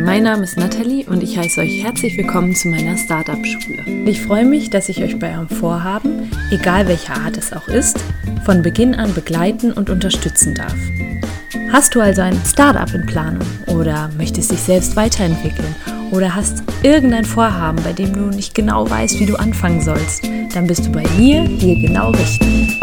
mein Name ist Nathalie und ich heiße euch herzlich willkommen zu meiner Startup-Schule. Ich freue mich, dass ich euch bei eurem Vorhaben, egal welcher Art es auch ist, von Beginn an begleiten und unterstützen darf. Hast du also ein Startup in Planung oder möchtest dich selbst weiterentwickeln oder hast irgendein Vorhaben, bei dem du nicht genau weißt, wie du anfangen sollst, dann bist du bei mir hier genau richtig.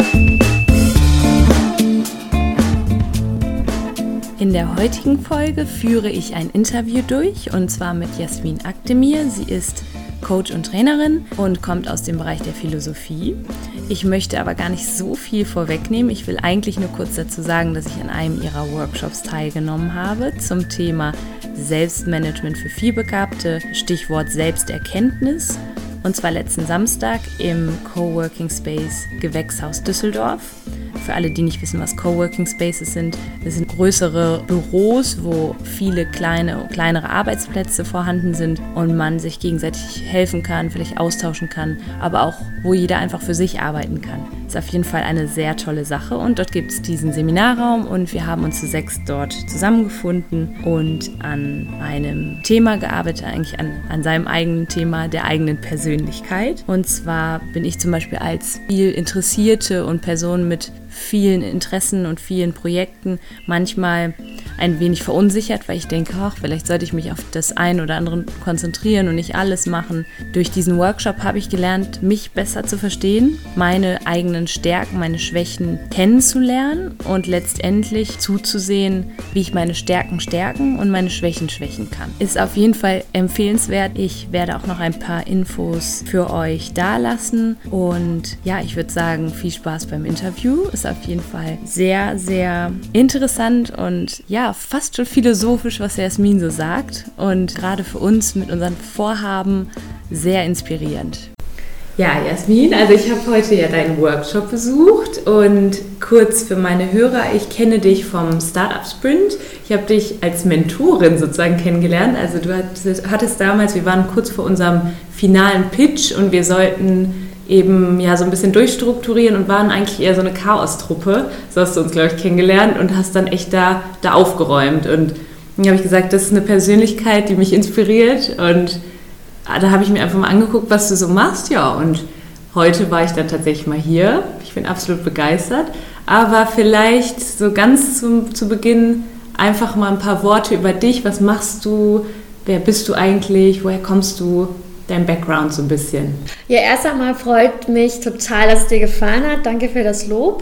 In der heutigen Folge führe ich ein Interview durch und zwar mit Jasmin Akdemir. Sie ist Coach und Trainerin und kommt aus dem Bereich der Philosophie. Ich möchte aber gar nicht so viel vorwegnehmen. Ich will eigentlich nur kurz dazu sagen, dass ich an einem ihrer Workshops teilgenommen habe zum Thema Selbstmanagement für Vielbegabte, Stichwort Selbsterkenntnis. Und zwar letzten Samstag im Coworking Space Gewächshaus Düsseldorf. Für alle, die nicht wissen, was Coworking Spaces sind, das sind größere Büros, wo viele kleinere Arbeitsplätze vorhanden sind und man sich gegenseitig helfen kann, vielleicht austauschen kann, aber auch, wo jeder einfach für sich arbeiten kann. Das ist auf jeden Fall eine sehr tolle Sache und dort gibt es diesen Seminarraum und wir haben uns zu 6 dort zusammengefunden und an einem Thema gearbeitet, eigentlich an seinem eigenen Thema, der eigenen Persönlichkeit. Und zwar bin ich zum Beispiel als viel Interessierte und Person mit vielen Interessen und vielen Projekten manchmal ein wenig verunsichert, weil ich denke, vielleicht sollte ich mich auf das ein oder andere konzentrieren und nicht alles machen. Durch diesen Workshop habe ich gelernt, mich besser zu verstehen, meine eigenen Stärken, meine Schwächen kennenzulernen und letztendlich zuzusehen, wie ich meine Stärken stärken und meine Schwächen schwächen kann. Ist auf jeden Fall empfehlenswert. Ich werde auch noch ein paar Infos für euch dalassen und ja, ich würde sagen, viel Spaß beim Interview. Ist auf jeden Fall sehr, sehr interessant und ja, fast schon philosophisch, was Jasmin so sagt und gerade für uns mit unseren Vorhaben sehr inspirierend. Ja, Jasmin, also ich habe heute ja deinen Workshop besucht und kurz für meine Hörer, ich kenne dich vom Startup Sprint. Ich habe dich als Mentorin sozusagen kennengelernt. Also du hattest damals, wir waren kurz vor unserem finalen Pitch und wir sollten eben ja so ein bisschen durchstrukturieren und waren eigentlich eher so eine Chaos-Truppe. So hast du uns, glaube ich, kennengelernt und hast dann echt da aufgeräumt. Und dann habe ich gesagt, das ist eine Persönlichkeit, die mich inspiriert. Und da habe ich mir einfach mal angeguckt, was du so machst. Ja, und heute war ich dann tatsächlich mal hier. Ich bin absolut begeistert. Aber vielleicht so ganz zu Beginn einfach mal ein paar Worte über dich. Was machst du? Wer bist du eigentlich? Woher kommst du? Dein Background so ein bisschen. Ja, erst einmal freut mich total, dass es dir gefallen hat. Danke für das Lob.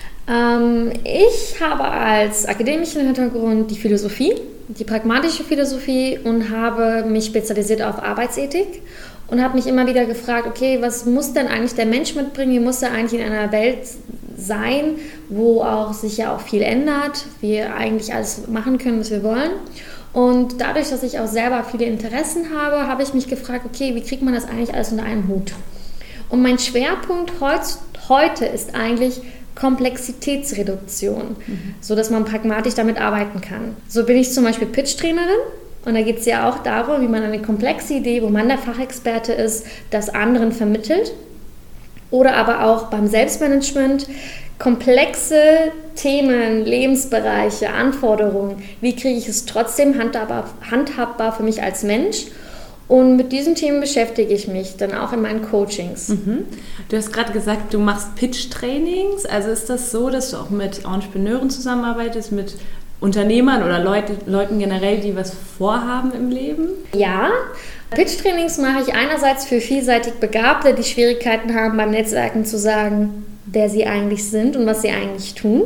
Ich habe als akademischen Hintergrund die Philosophie, die pragmatische Philosophie und habe mich spezialisiert auf Arbeitsethik und habe mich immer wieder gefragt, okay, was muss denn eigentlich der Mensch mitbringen? Wie muss er eigentlich in einer Welt sein, wo auch sich ja auch viel ändert, wir eigentlich alles machen können, was wir wollen. Und dadurch, dass ich auch selber viele Interessen habe, habe ich mich gefragt, okay, wie kriegt man das eigentlich alles unter einen Hut? Und mein Schwerpunkt heute ist eigentlich Komplexitätsreduktion, sodass man pragmatisch damit arbeiten kann. So bin ich zum Beispiel Pitch-Trainerin und da geht es ja auch darum, wie man eine komplexe Idee, wo man der Fachexperte ist, das anderen vermittelt. Oder aber auch beim Selbstmanagement, komplexe Themen, Lebensbereiche, Anforderungen, wie kriege ich es trotzdem handhabbar für mich als Mensch? Und mit diesen Themen beschäftige ich mich dann auch in meinen Coachings. Du hast gerade gesagt, du machst Pitch-Trainings. Also ist das so, dass du auch mit Entrepreneuren zusammenarbeitest, mit Unternehmern oder Leuten generell, die was vorhaben im Leben? Ja, Pitch-Trainings mache ich einerseits für vielseitig Begabte, die Schwierigkeiten haben, beim Netzwerken zu sagen, wer sie eigentlich sind und was sie eigentlich tun.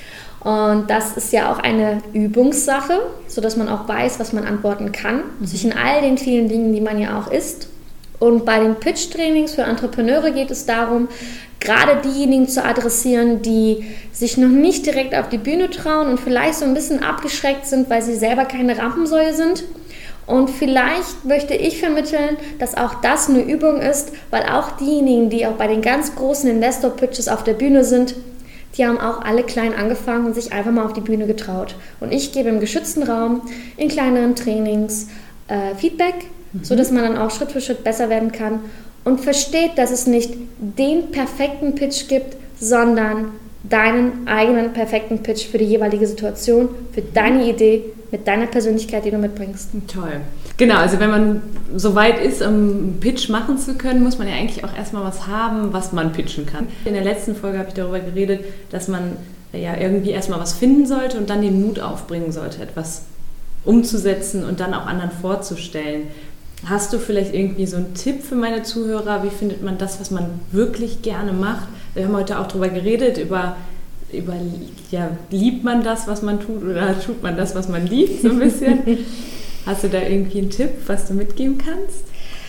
Und das ist ja auch eine Übungssache, sodass man auch weiß, was man antworten kann, zwischen all den vielen Dingen, die man ja auch ist. Und bei den Pitch-Trainings für Entrepreneure geht es darum, gerade diejenigen zu adressieren, die sich noch nicht direkt auf die Bühne trauen und vielleicht so ein bisschen abgeschreckt sind, weil sie selber keine Rampensäue sind. Und vielleicht möchte ich vermitteln, dass auch das eine Übung ist, weil auch diejenigen, die auch bei den ganz großen Investor-Pitches auf der Bühne sind, die haben auch alle klein angefangen und sich einfach mal auf die Bühne getraut. Und ich gebe im geschützten Raum, in kleineren Trainings Feedback, sodass man dann auch Schritt für Schritt besser werden kann und versteht, dass es nicht den perfekten Pitch gibt, sondern deinen eigenen perfekten Pitch für die jeweilige Situation, für deine Idee, mit deiner Persönlichkeit, die du mitbringst. Toll. Genau, also wenn man so weit ist, um einen Pitch machen zu können, muss man ja eigentlich auch erstmal was haben, was man pitchen kann. In der letzten Folge habe ich darüber geredet, dass man ja irgendwie erstmal was finden sollte und dann den Mut aufbringen sollte, etwas umzusetzen und dann auch anderen vorzustellen. Hast du vielleicht irgendwie so einen Tipp für meine Zuhörer? Wie findet man das, was man wirklich gerne macht? Wir haben heute auch darüber geredet, über liebt man das, was man tut, oder tut man das, was man liebt, so ein bisschen? Hast du da irgendwie einen Tipp, was du mitgeben kannst?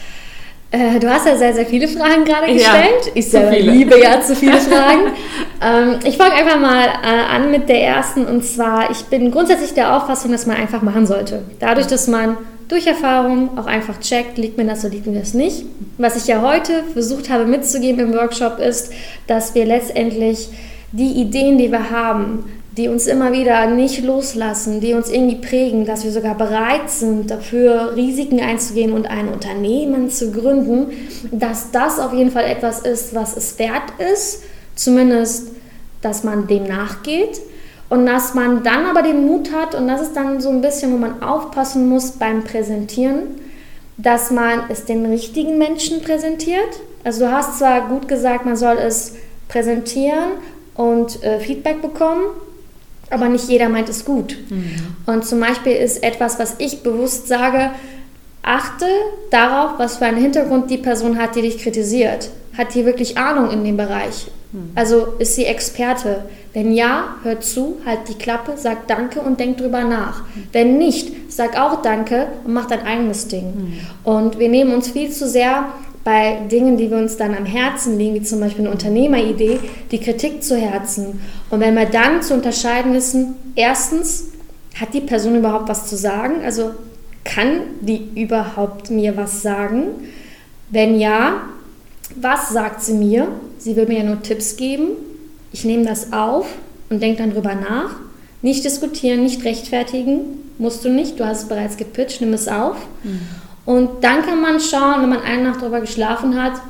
Du hast ja sehr, sehr viele Fragen gerade gestellt. Ja, ich selber liebe ja zu viele Fragen. Ich fange einfach mal an mit der ersten, und zwar, ich bin grundsätzlich der Auffassung, dass man einfach machen sollte. Dadurch, dass man durch Erfahrung auch einfach checkt, liegt mir das oder liegt mir das nicht. Was ich ja heute versucht habe mitzugeben im Workshop ist, dass wir letztendlich die Ideen, die wir haben, die uns immer wieder nicht loslassen, die uns irgendwie prägen, dass wir sogar bereit sind, dafür Risiken einzugehen und ein Unternehmen zu gründen, dass das auf jeden Fall etwas ist, was es wert ist, zumindest, dass man dem nachgeht und dass man dann aber den Mut hat, und das ist dann so ein bisschen, wo man aufpassen muss beim Präsentieren, dass man es den richtigen Menschen präsentiert. Also du hast zwar gut gesagt, man soll es präsentieren und Feedback bekommen, aber nicht jeder meint es gut. Mhm. Und zum Beispiel ist etwas, was ich bewusst sage, achte darauf, was für einen Hintergrund die Person hat, die dich kritisiert. Hat die wirklich Ahnung in dem Bereich? Mhm. Also ist sie Experte? Wenn ja, hört zu, halt die Klappe, sag Danke und denk drüber nach. Mhm. Wenn nicht, sag auch Danke und mach dein eigenes Ding. Mhm. Und wir nehmen uns viel zu sehr bei Dingen, die wir uns dann am Herzen liegen, wie zum Beispiel eine Unternehmeridee, die Kritik zu Herzen. Und wenn wir dann zu unterscheiden wissen, erstens, hat die Person überhaupt was zu sagen? Also kann die überhaupt mir was sagen? Wenn ja, was sagt sie mir? Sie will mir ja nur Tipps geben. Ich nehme das auf und denke dann drüber nach. Nicht diskutieren, nicht rechtfertigen, musst du nicht. Du hast es bereits gepitcht, nimm es auf. Mhm. Und dann kann man schauen, wenn man eine Nacht darüber geschlafen hat,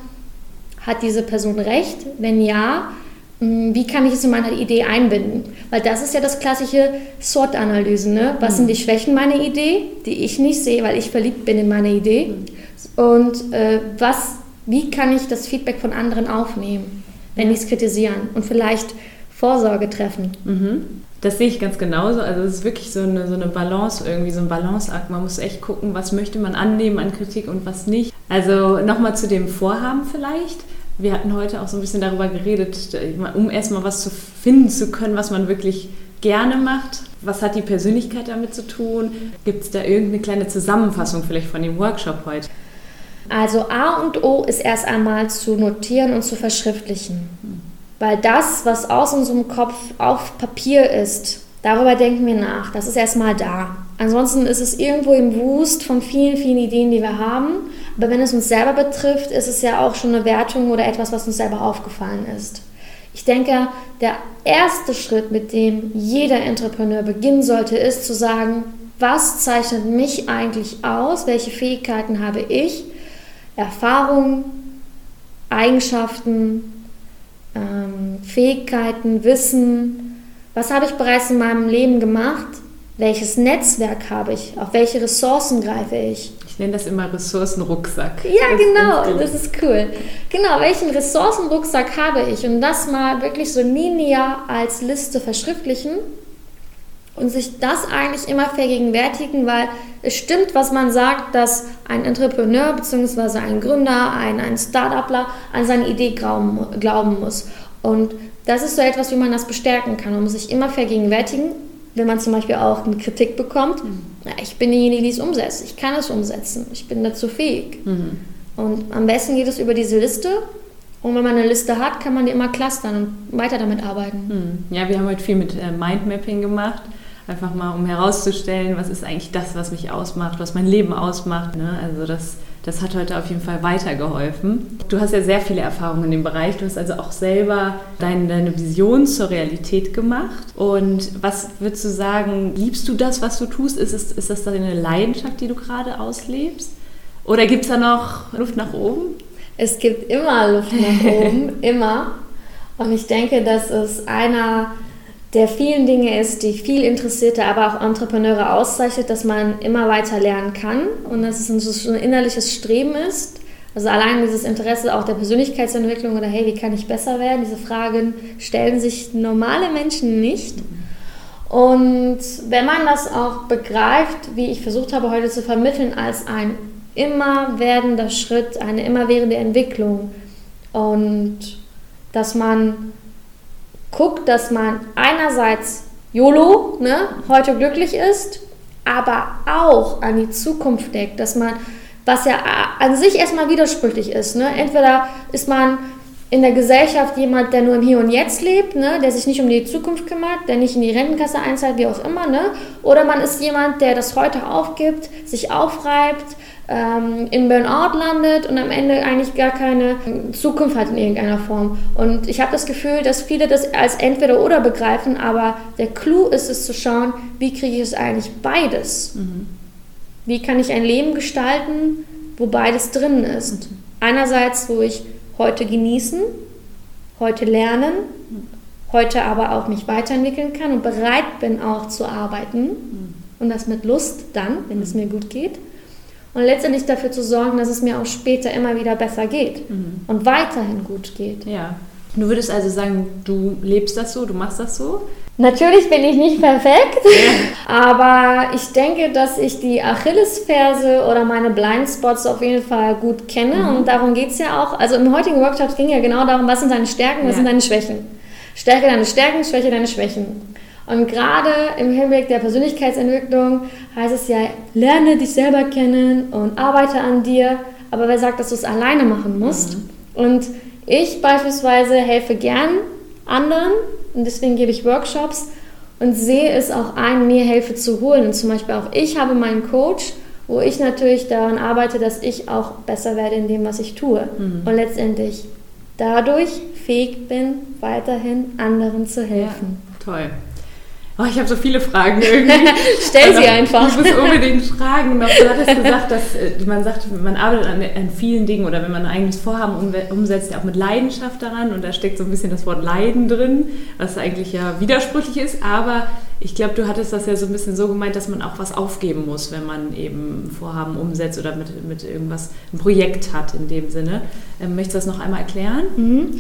hat diese Person recht? Wenn ja, wie kann ich es in meine Idee einbinden? Weil das ist ja das klassische SWOT-Analyse. Ne? Was sind die Schwächen meiner Idee, die ich nicht sehe, weil ich verliebt bin in meine Idee? Und wie kann ich das Feedback von anderen aufnehmen, wenn die es kritisieren und vielleicht Vorsorge treffen? Mhm. Das sehe ich ganz genauso. Also es ist wirklich so eine Balance, irgendwie so ein Balanceakt. Man muss echt gucken, was möchte man annehmen an Kritik und was nicht. Also nochmal zu dem Vorhaben vielleicht. Wir hatten heute auch so ein bisschen darüber geredet, um erstmal was zu finden zu können, was man wirklich gerne macht. Was hat die Persönlichkeit damit zu tun? Gibt es da irgendeine kleine Zusammenfassung vielleicht von dem Workshop heute? Also A und O ist erst einmal zu notieren und zu verschriftlichen. Weil das, was aus unserem Kopf auf Papier ist, darüber denken wir nach. Das ist erstmal da. Ansonsten ist es irgendwo im Wust von vielen, vielen Ideen, die wir haben. Aber wenn es uns selber betrifft, ist es ja auch schon eine Wertung oder etwas, was uns selber aufgefallen ist. Ich denke, der erste Schritt, mit dem jeder Entrepreneur beginnen sollte, ist zu sagen, was zeichnet mich eigentlich aus? Welche Fähigkeiten habe ich? Erfahrung, Eigenschaften, Fähigkeiten, Wissen, was habe ich bereits in meinem Leben gemacht, welches Netzwerk habe ich, auf welche Ressourcen greife ich. Ich nenne das immer Ressourcenrucksack. Ja, genau, das ist cool. Genau, welchen Ressourcenrucksack habe ich, und das mal wirklich so linear als Liste verschriftlichen und sich das eigentlich immer vergegenwärtigen, weil es stimmt, was man sagt, dass ein Entrepreneur bzw. ein Gründer, ein Start-upler an seine Idee glauben muss. Und das ist so etwas, wie man das bestärken kann. Man muss sich immer vergegenwärtigen, wenn man zum Beispiel auch eine Kritik bekommt, ich bin diejenige, die es umsetzt, ich kann es umsetzen, ich bin dazu fähig. Mhm. Und am besten geht es über diese Liste. Und wenn man eine Liste hat, kann man die immer clustern und weiter damit arbeiten. Ja, wir haben heute viel mit Mindmapping gemacht. Einfach mal, um herauszustellen, was ist eigentlich das, was mich ausmacht, was mein Leben ausmacht. Ne? Also das hat heute auf jeden Fall weitergeholfen. Du hast ja sehr viele Erfahrungen in dem Bereich. Du hast also auch selber deine Vision zur Realität gemacht. Und was würdest du sagen, liebst du das, was du tust? Ist das deine Leidenschaft, die du gerade auslebst? Oder gibt es da noch Luft nach oben? Es gibt immer Luft nach oben, immer. Und ich denke, dass es einer der vielen Dinge ist, die viel Interessierte, aber auch Entrepreneure auszeichnet, dass man immer weiter lernen kann und dass es ein innerliches Streben ist. Also allein dieses Interesse auch der Persönlichkeitsentwicklung oder hey, wie kann ich besser werden? Diese Fragen stellen sich normale Menschen nicht. Und wenn man das auch begreift, wie ich versucht habe heute zu vermitteln, als ein immer werdender Schritt, eine immerwährende Entwicklung und dass man guckt, dass man einerseits YOLO, heute glücklich ist, aber auch an die Zukunft denkt, dass man, was ja an sich erstmal widersprüchlich ist, entweder ist man in der Gesellschaft jemand, der nur im Hier und Jetzt lebt, der sich nicht um die Zukunft kümmert, der nicht in die Rentenkasse einzahlt, wie auch immer, oder man ist jemand, der das heute aufgibt, sich aufreibt, in Burnout landet und am Ende eigentlich gar keine Zukunft hat in irgendeiner Form. Und ich habe das Gefühl, dass viele das als Entweder-Oder begreifen, aber der Clou ist es zu schauen, wie kriege ich es eigentlich beides? Wie kann ich ein Leben gestalten, wo beides drin ist? Einerseits, wo ich heute genießen, heute lernen, heute aber auch mich weiterentwickeln kann und bereit bin auch zu arbeiten und das mit Lust dann, wenn es mir gut geht. Und letztendlich dafür zu sorgen, dass es mir auch später immer wieder besser geht und weiterhin gut geht. Ja. Du würdest also sagen, du lebst das so, du machst das so? Natürlich bin ich nicht perfekt, aber ich denke, dass ich die Achillesferse oder meine Blindspots auf jeden Fall gut kenne und darum geht es ja auch. Also im heutigen Workshop ging ja genau darum, was sind deine Stärken, was sind deine Schwächen. Stärke deine Stärken, Schwäche deine Schwächen. Und gerade im Hinblick der Persönlichkeitsentwicklung heißt es ja, lerne dich selber kennen und arbeite an dir. Aber wer sagt, dass du es alleine machen musst? Und ich beispielsweise helfe gern anderen und deswegen gebe ich Workshops und sehe es auch ein, mir Hilfe zu holen. Und zum Beispiel auch ich habe meinen Coach, wo ich natürlich daran arbeite, dass ich auch besser werde in dem, was ich tue. Und letztendlich dadurch fähig bin, weiterhin anderen zu helfen. Ja, toll. Oh, ich habe so viele Fragen irgendwie. Stell sie einfach. Ich muss unbedingt fragen. Du hattest gesagt, dass man sagt, man arbeitet an vielen Dingen oder wenn man ein eigenes Vorhaben umsetzt, ja auch mit Leidenschaft daran und da steckt so ein bisschen das Wort Leiden drin, was eigentlich ja widersprüchlich ist, aber ich glaube, du hattest das ja so ein bisschen so gemeint, dass man auch was aufgeben muss, wenn man eben Vorhaben umsetzt oder mit irgendwas ein Projekt hat in dem Sinne. Möchtest du das noch einmal erklären?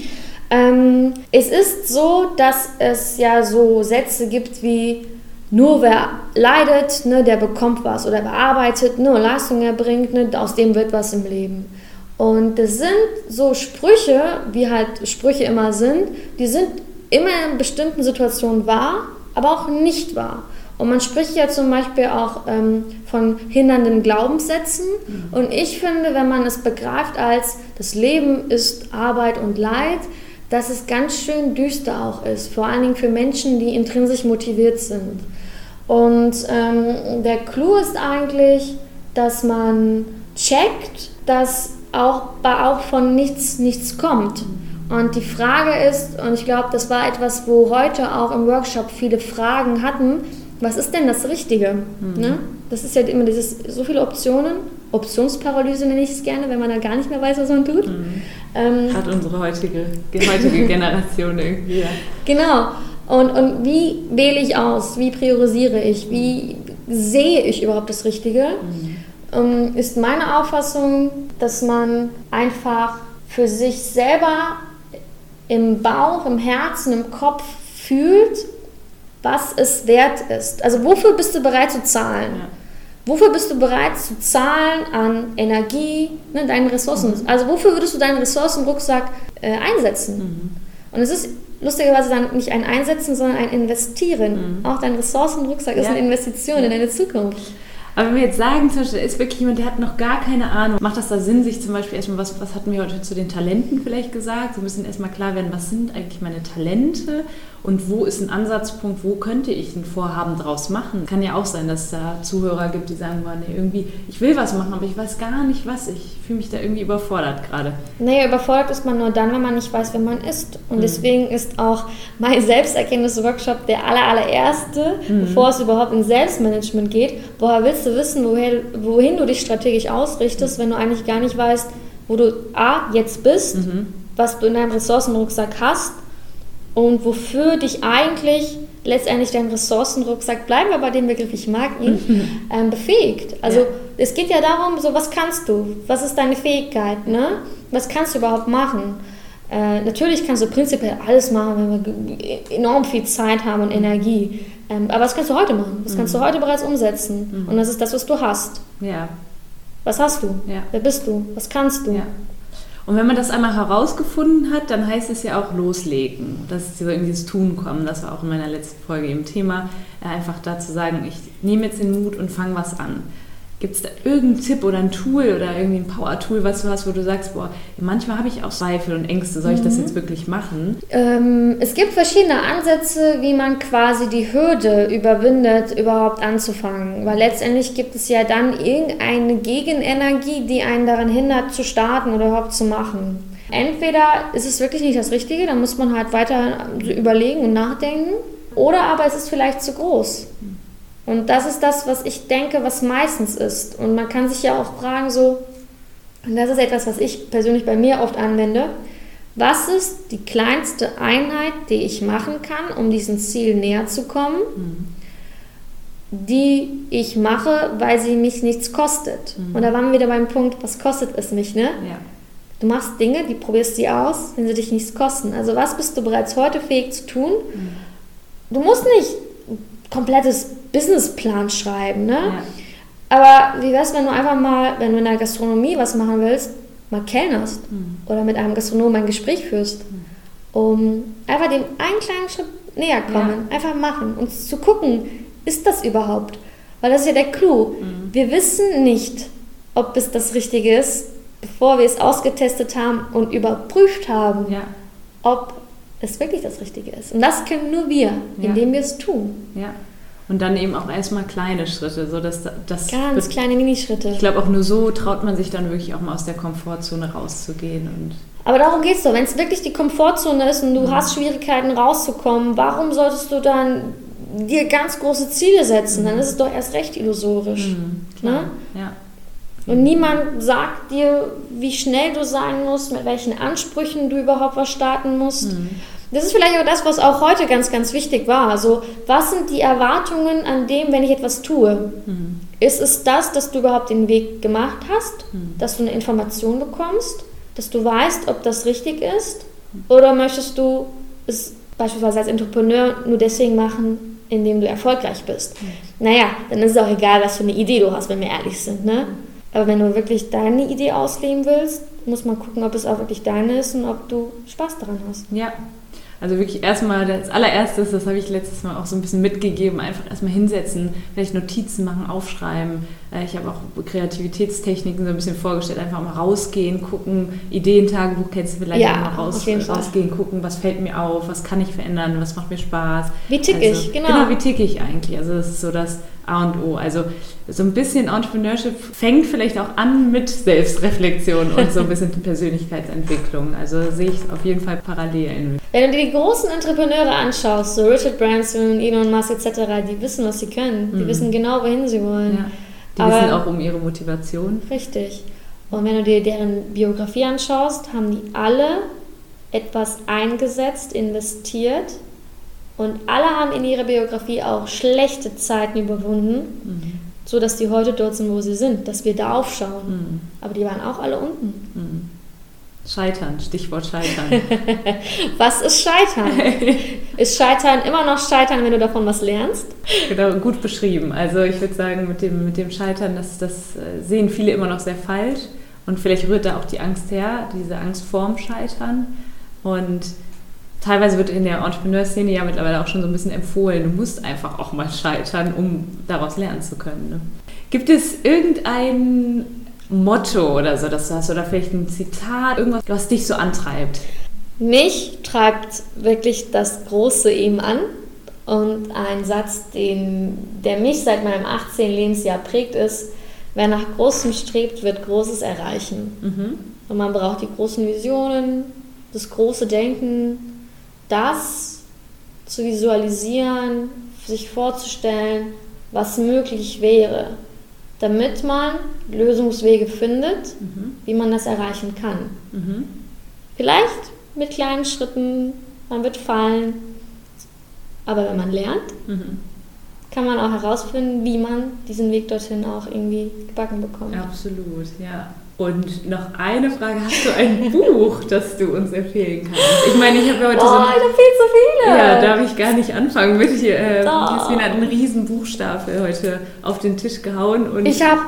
Es ist so, dass es ja so Sätze gibt wie nur wer leidet, der bekommt was oder wer arbeitet, Leistung erbringt, aus dem wird was im Leben. Und das sind so Sprüche, wie halt Sprüche immer sind, die sind immer in bestimmten Situationen wahr, aber auch nicht wahr. Und man spricht ja zum Beispiel auch von hindernden Glaubenssätzen. Und ich finde, wenn man es begreift als das Leben ist Arbeit und Leid, dass es ganz schön düster auch ist, vor allen Dingen für Menschen, die intrinsisch motiviert sind. Und der Clou ist eigentlich, dass man checkt, dass auch von nichts kommt. Und die Frage ist, und ich glaube, das war etwas, wo heute auch im Workshop viele Fragen hatten, was ist denn das Richtige? Das ist ja immer so viele Optionen, Optionsparalyse nenne ich es gerne, wenn man dann gar nicht mehr weiß, was man tut. Hat unsere heutige Generation irgendwie. Ja. Genau. Und wie wähle ich aus? Wie priorisiere ich? Wie sehe ich überhaupt das Richtige? Ist meine Auffassung, dass man einfach für sich selber im Bauch, im Herzen, im Kopf fühlt, was es wert ist. Also wofür bist du bereit zu zahlen? Ja. Wofür bist du bereit zu zahlen an Energie, deinen Ressourcen? Also wofür würdest du deinen Ressourcenrucksack einsetzen? Und es ist lustigerweise dann nicht ein Einsetzen, sondern ein Investieren. Auch dein Ressourcenrucksack ist eine Investition in deine Zukunft. Aber wenn wir jetzt sagen, zum Beispiel, da ist wirklich jemand, der hat noch gar keine Ahnung, macht das da Sinn, sich zum Beispiel erstmal, was hatten wir heute zu den Talenten vielleicht gesagt, so ein bisschen erstmal klar werden, was sind eigentlich meine Talente und wo ist ein Ansatzpunkt, wo könnte ich ein Vorhaben draus machen? Kann ja auch sein, dass es da Zuhörer gibt, die sagen, nee, irgendwie, ich will was machen, aber ich weiß gar nicht was, ich fühle mich da irgendwie überfordert gerade. Naja, überfordert ist man nur dann, wenn man nicht weiß, wer man ist. Und deswegen ist auch mein Selbsterkenntnis-Workshop der allererste, bevor es überhaupt in Selbstmanagement geht. Woher willst du wissen, wohin du dich strategisch ausrichtest, wenn du eigentlich gar nicht weißt, wo du jetzt bist, was du in deinem Ressourcenrucksack hast und wofür dich eigentlich letztendlich dein Ressourcenrucksack, bleiben wir bei dem Begriff, ich mag ihn, befähigt. Also es geht ja darum, so was kannst du, was ist deine Fähigkeit, ne? Was kannst du überhaupt machen? Natürlich kannst du prinzipiell alles machen, wenn wir enorm viel Zeit haben und Energie. Aber was kannst du heute machen? Was kannst du heute bereits umsetzen? Und das ist das, was du hast. Ja. Was hast du? Ja. Wer bist du? Was kannst du? Ja. Und wenn man das einmal herausgefunden hat, dann heißt es ja auch loslegen. Das ist so in dieses Tun kommen. Das war auch in meiner letzten Folge eben Thema. Einfach da zu sagen, ich nehme jetzt den Mut und fange was an. Gibt es da irgendeinen Tipp oder ein Tool oder irgendwie ein Power-Tool, was du hast, wo du sagst, boah, manchmal habe ich auch Zweifel und Ängste, soll ich das jetzt wirklich machen? Es gibt verschiedene Ansätze, wie man quasi die Hürde überwindet, überhaupt anzufangen. Weil letztendlich gibt es ja dann irgendeine Gegenenergie, die einen daran hindert, zu starten oder überhaupt zu machen. Entweder ist es wirklich nicht das Richtige, dann muss man halt weiter überlegen und nachdenken. Oder aber es ist vielleicht zu groß. Und das ist das, was ich denke, was meistens ist. Und man kann sich ja auch fragen, so, und das ist etwas, was ich persönlich bei mir oft anwende, was ist die kleinste Einheit, die ich machen kann, um diesem Ziel näher zu kommen, die ich mache, weil sie mich nichts kostet. Und da waren wir wieder beim Punkt, was kostet es mich, ne? Ja. Du machst Dinge, die probierst sie aus, wenn sie dich nichts kosten. Also was bist du bereits heute fähig zu tun? Du musst nicht ein komplettes Businessplan schreiben, ne? Ja. Aber wie wär's, wenn du einfach mal, wenn du in der Gastronomie was machen willst, mal kellnerst oder mit einem Gastronomen ein Gespräch führst, um einfach dem einen kleinen Schritt näher kommen, einfach machen und zu gucken, ist das überhaupt? Weil das ist ja der Clou. Wir wissen nicht, ob es das Richtige ist, bevor wir es ausgetestet haben und überprüft haben, ob es wirklich das Richtige ist. Und das können nur wir, indem wir es tun. Ja. Und dann eben auch erstmal kleine Schritte. So dass das ganz kleine Minischritte. Ich glaube, auch nur so traut man sich dann wirklich auch mal aus der Komfortzone rauszugehen. Aber darum geht es doch. Wenn es wirklich die Komfortzone ist und du hast Schwierigkeiten rauszukommen, warum solltest du dann dir ganz große Ziele setzen? Dann ist es doch erst recht illusorisch. Ne? Ja. Und niemand sagt dir, wie schnell du sein musst, mit welchen Ansprüchen du überhaupt was starten musst. Das ist vielleicht auch das, was auch heute ganz, ganz wichtig war. Also, was sind die Erwartungen an dem, wenn ich etwas tue? Ist es das, dass du überhaupt den Weg gemacht hast, dass du eine Information bekommst, dass du weißt, ob das richtig ist? Oder möchtest du es beispielsweise als Entrepreneur nur deswegen machen, indem du erfolgreich bist? Naja, dann ist es auch egal, was für eine Idee du hast, wenn wir ehrlich sind, ne? Aber wenn du wirklich deine Idee ausleben willst, muss man gucken, ob es auch wirklich deine ist und ob du Spaß daran hast. Ja. Also wirklich erstmal, das allererstes, das habe ich letztes Mal auch so ein bisschen mitgegeben, einfach erstmal hinsetzen, vielleicht Notizen machen, aufschreiben. Ich habe auch Kreativitätstechniken so ein bisschen vorgestellt, einfach mal rausgehen, gucken, Ideentagebuch kennst du vielleicht, mal rausgehen, gucken, was fällt mir auf, was kann ich verändern, was macht mir Spaß. Wie tick ich, genau. Genau, wie ticke ich eigentlich, also das ist so das A und O. Also so ein bisschen Entrepreneurship fängt vielleicht auch an mit Selbstreflexion und so ein bisschen Persönlichkeitsentwicklung. Also sehe ich auf jeden Fall Parallelen. Wenn du dir die großen Entrepreneure anschaust, so Richard Branson, Elon Musk etc., die wissen, was sie können. Die wissen genau, wohin sie wollen. Ja. Die wissen auch um ihre Motivation. Richtig. Und wenn du dir deren Biografie anschaust, haben die alle etwas eingesetzt, investiert und alle haben in ihrer Biografie auch schlechte Zeiten überwunden, sodass die heute dort sind, wo sie sind, dass wir da aufschauen. Aber die waren auch alle unten. Scheitern, Stichwort Scheitern. Was ist Scheitern? Ist Scheitern immer noch Scheitern, wenn du davon was lernst? Genau, gut beschrieben. Also ich würde sagen, mit dem Scheitern, das sehen viele immer noch sehr falsch. Und vielleicht rührt da auch die Angst her, diese Angst vorm Scheitern. Und teilweise wird in der Entrepreneur-Szene ja mittlerweile auch schon so ein bisschen empfohlen, du musst einfach auch mal scheitern, um daraus lernen zu können. Ne? Gibt es irgendein Motto oder so, das du hast, oder vielleicht ein Zitat, irgendwas, was dich so antreibt? Mich treibt wirklich das Große eben an und ein Satz, der mich seit meinem 18. Lebensjahr prägt, ist: Wer nach Großem strebt, wird Großes erreichen. Und man braucht die großen Visionen, das große Denken, das zu visualisieren, sich vorzustellen, was möglich wäre, damit man Lösungswege findet, wie man das erreichen kann. Vielleicht mit kleinen Schritten, man wird fallen. Aber wenn man lernt, kann man auch herausfinden, wie man diesen Weg dorthin auch irgendwie gebacken bekommt. Absolut, ja. Und noch eine Frage, hast du ein Buch, das du uns empfehlen kannst? Ich meine, ich habe ja heute ich habe viel zu viele. Ja, darf ich gar nicht anfangen mit hier. Jasmin hat einen riesen Buchstapel heute auf den Tisch gehauen. Und ich habe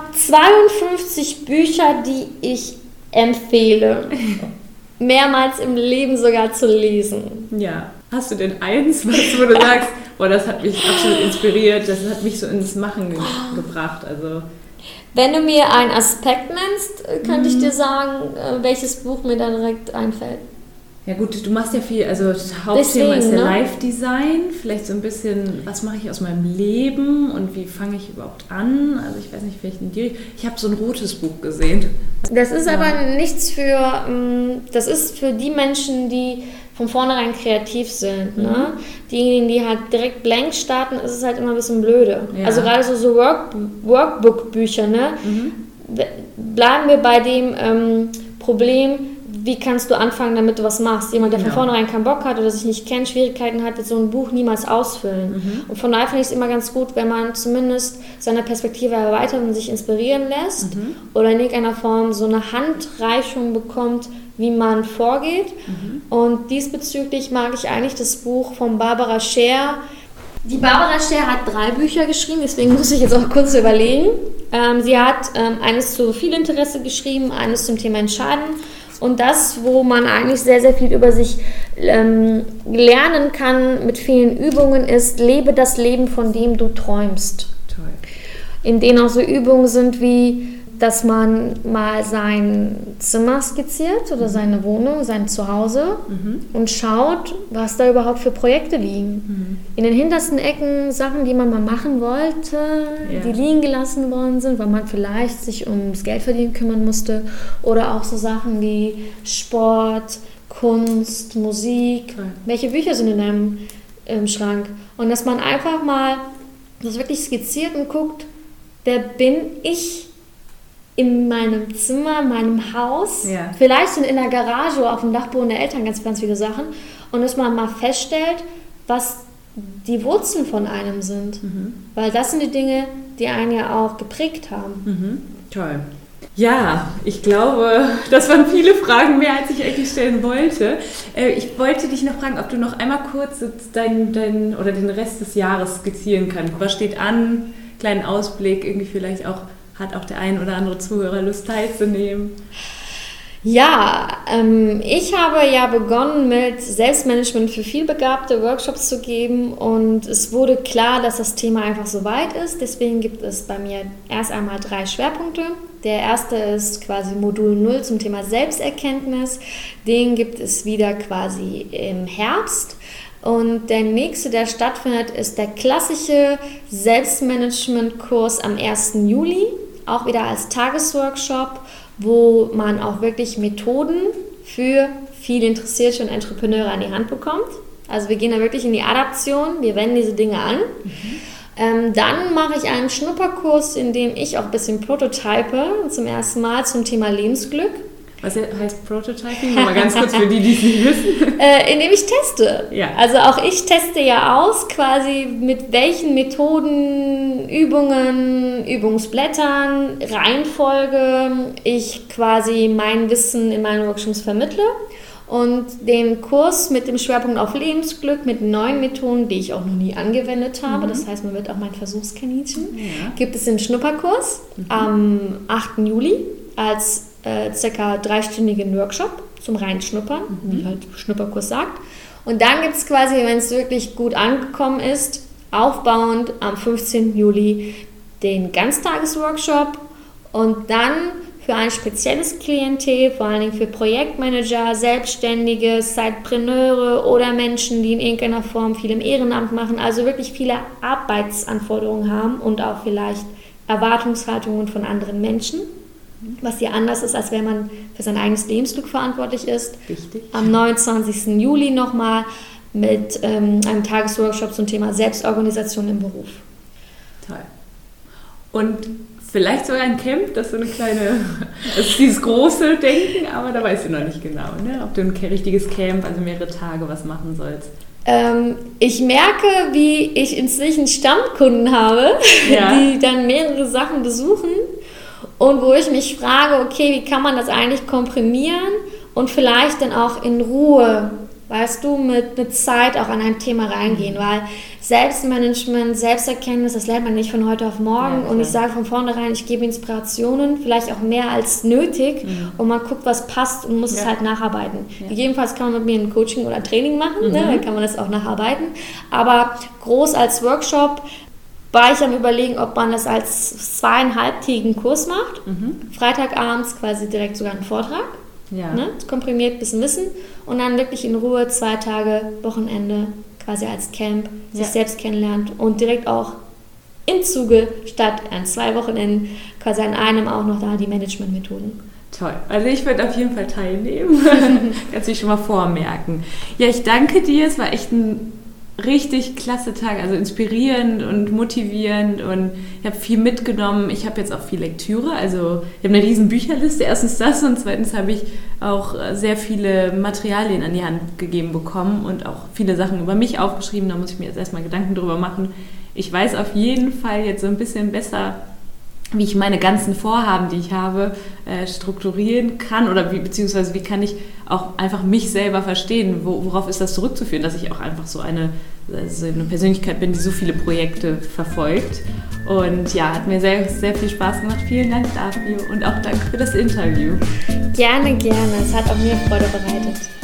52 Bücher, die ich empfehle, mehrmals im Leben sogar zu lesen. Ja. Hast du denn eins, wo du sagst, boah, das hat mich absolut inspiriert, das hat mich so ins Machen gebracht? Also wenn du mir einen Aspekt nennst, könnte ich dir sagen, welches Buch mir da direkt einfällt. Ja gut, du machst ja viel, also das Hauptthema ist ja Live-Design, vielleicht so ein bisschen, was mache ich aus meinem Leben und wie fange ich überhaupt an? Also ich weiß nicht, vielleicht in die, ich habe so ein rotes Buch gesehen. Das ist aber nichts das ist für die Menschen, die von vornherein kreativ sind. Ne? Diejenigen, die halt direkt blank starten, ist es halt immer ein bisschen blöde. Ja. Also gerade so Workbook-Bücher, ne? Bleiben wir bei dem Problem, wie kannst du anfangen, damit du was machst? Jemand, der von vornherein keinen Bock hat oder sich nicht kennt, Schwierigkeiten hat, wird so ein Buch niemals ausfüllen. Und von daher finde ich es immer ganz gut, wenn man zumindest seine Perspektive erweitert und sich inspirieren lässt oder in irgendeiner Form so eine Handreichung bekommt, wie man vorgeht. Und diesbezüglich mag ich eigentlich das Buch von Barbara Scher. Die Barbara Scher hat 3 Bücher geschrieben, deswegen muss ich jetzt auch kurz überlegen. Sie hat eines zu viel Interesse geschrieben, eines zum Thema Entscheiden und das, wo man eigentlich sehr, sehr viel über sich lernen kann mit vielen Übungen, ist: Lebe das Leben, von dem du träumst. Toll. In denen auch so Übungen sind wie, dass man mal sein Zimmer skizziert oder seine Wohnung, sein Zuhause und schaut, was da überhaupt für Projekte liegen. In den hintersten Ecken Sachen, die man mal machen wollte, die liegen gelassen worden sind, weil man vielleicht sich ums Geldverdienen kümmern musste, oder auch so Sachen wie Sport, Kunst, Musik. Welche Bücher sind in deinem Schrank? Und dass man einfach mal das wirklich skizziert und guckt, wer bin ich in meinem Zimmer, meinem Haus, vielleicht in der Garage oder auf dem Dachboden der Eltern, ganz, ganz viele Sachen. Und dass man mal feststellt, was die Wurzeln von einem sind. Weil das sind die Dinge, die einen ja auch geprägt haben. Toll. Ja, ich glaube, das waren viele Fragen mehr, als ich eigentlich stellen wollte. Ich wollte dich noch fragen, ob du noch einmal kurz den Rest des Jahres skizzieren kannst. Was steht an? Kleinen Ausblick, irgendwie vielleicht auch, hat auch der ein oder andere Zuhörer Lust teilzunehmen? Ja, ich habe ja begonnen mit Selbstmanagement für vielbegabte Workshops zu geben und es wurde klar, dass das Thema einfach so weit ist. Deswegen gibt es bei mir erst einmal 3 Schwerpunkte. Der erste ist quasi Modul 0 zum Thema Selbsterkenntnis. Den gibt es wieder quasi im Herbst. Und der nächste, der stattfindet, ist der klassische Selbstmanagement-Kurs am 1. Juli, auch wieder als Tagesworkshop, wo man auch wirklich Methoden für viel Interessierte und Entrepreneure an die Hand bekommt. Also wir gehen da wirklich in die Adaption, wir wenden diese Dinge an. Dann mache ich einen Schnupperkurs, in dem ich auch ein bisschen prototype, zum ersten Mal zum Thema Lebensglück. Was heißt Prototyping? Mal ganz kurz für die, die es nicht wissen. Indem ich teste. Ja. Also auch ich teste ja aus, quasi mit welchen Methoden, Übungen, Übungsblättern, Reihenfolge ich quasi mein Wissen in meinen Workshops vermittle. Und den Kurs mit dem Schwerpunkt auf Lebensglück, mit neuen Methoden, die ich auch noch nie angewendet habe, das heißt, man wird auch mein Versuchskaninchen, gibt es den Schnupperkurs am 8. Juli als circa 3-stündigen Workshop zum Reinschnuppern, wie halt Schnupperkurs sagt. Und dann gibt es quasi, wenn es wirklich gut angekommen ist, aufbauend am 15. Juli den Ganztagesworkshop und dann für ein spezielles Klientel, vor allen Dingen für Projektmanager, Selbstständige, Sidepreneure oder Menschen, die in irgendeiner Form viel im Ehrenamt machen, also wirklich viele Arbeitsanforderungen haben und auch vielleicht Erwartungshaltungen von anderen Menschen, was hier anders ist, als wenn man für sein eigenes Lebensglück verantwortlich ist. Richtig. Am 29. Juli nochmal mit einem Tagesworkshop zum Thema Selbstorganisation im Beruf. Toll. Und Vielleicht sogar ein Camp, das ist so eine kleine, das ist dieses große Denken, aber da weißt du noch nicht genau, ne? Ob du ein richtiges Camp, also mehrere Tage, was machen sollst. Ich merke, wie ich inzwischen Stammkunden habe, die dann mehrere Sachen besuchen und wo ich mich frage, okay, wie kann man das eigentlich komprimieren und vielleicht dann auch in Ruhe, weißt du, mit Zeit auch an ein Thema reingehen, weil Selbstmanagement, Selbsterkenntnis, das lernt man nicht von heute auf morgen und ich sage von vornherein, ich gebe Inspirationen, vielleicht auch mehr als nötig und man guckt, was passt und muss es halt nacharbeiten. Gegebenenfalls kann man mit mir ein Coaching oder ein Training machen, ne? Dann kann man das auch nacharbeiten, aber groß als Workshop war ich am Überlegen, ob man das als 2,5-tägigen Kurs macht, Freitagabends quasi direkt sogar einen Vortrag. Ne? Komprimiert, bisschen Wissen und dann wirklich in Ruhe 2 Tage, Wochenende quasi als Camp, sich selbst kennenlernt und direkt auch im Zuge statt an 2 Wochenenden quasi an einem auch noch da die Managementmethoden. Toll, also ich würde auf jeden Fall teilnehmen, kannst du dich schon mal vormerken. Ja, ich danke dir, es war echt ein richtig klasse Tag, also inspirierend und motivierend und ich habe viel mitgenommen. Ich habe jetzt auch viel Lektüre, also ich habe eine riesen Bücherliste, erstens das und zweitens habe ich auch sehr viele Materialien an die Hand gegeben bekommen und auch viele Sachen über mich aufgeschrieben, da muss ich mir jetzt erstmal Gedanken drüber machen. Ich weiß auf jeden Fall jetzt so ein bisschen besser, wie ich meine ganzen Vorhaben, die ich habe, strukturieren kann oder beziehungsweise wie kann ich auch einfach mich selber verstehen, worauf ist das zurückzuführen, dass ich auch einfach so eine Persönlichkeit bin, die so viele Projekte verfolgt. Und ja, hat mir sehr, sehr viel Spaß gemacht. Vielen Dank dafür und auch danke für das Interview. Gerne, gerne. Es hat auch mir Freude bereitet.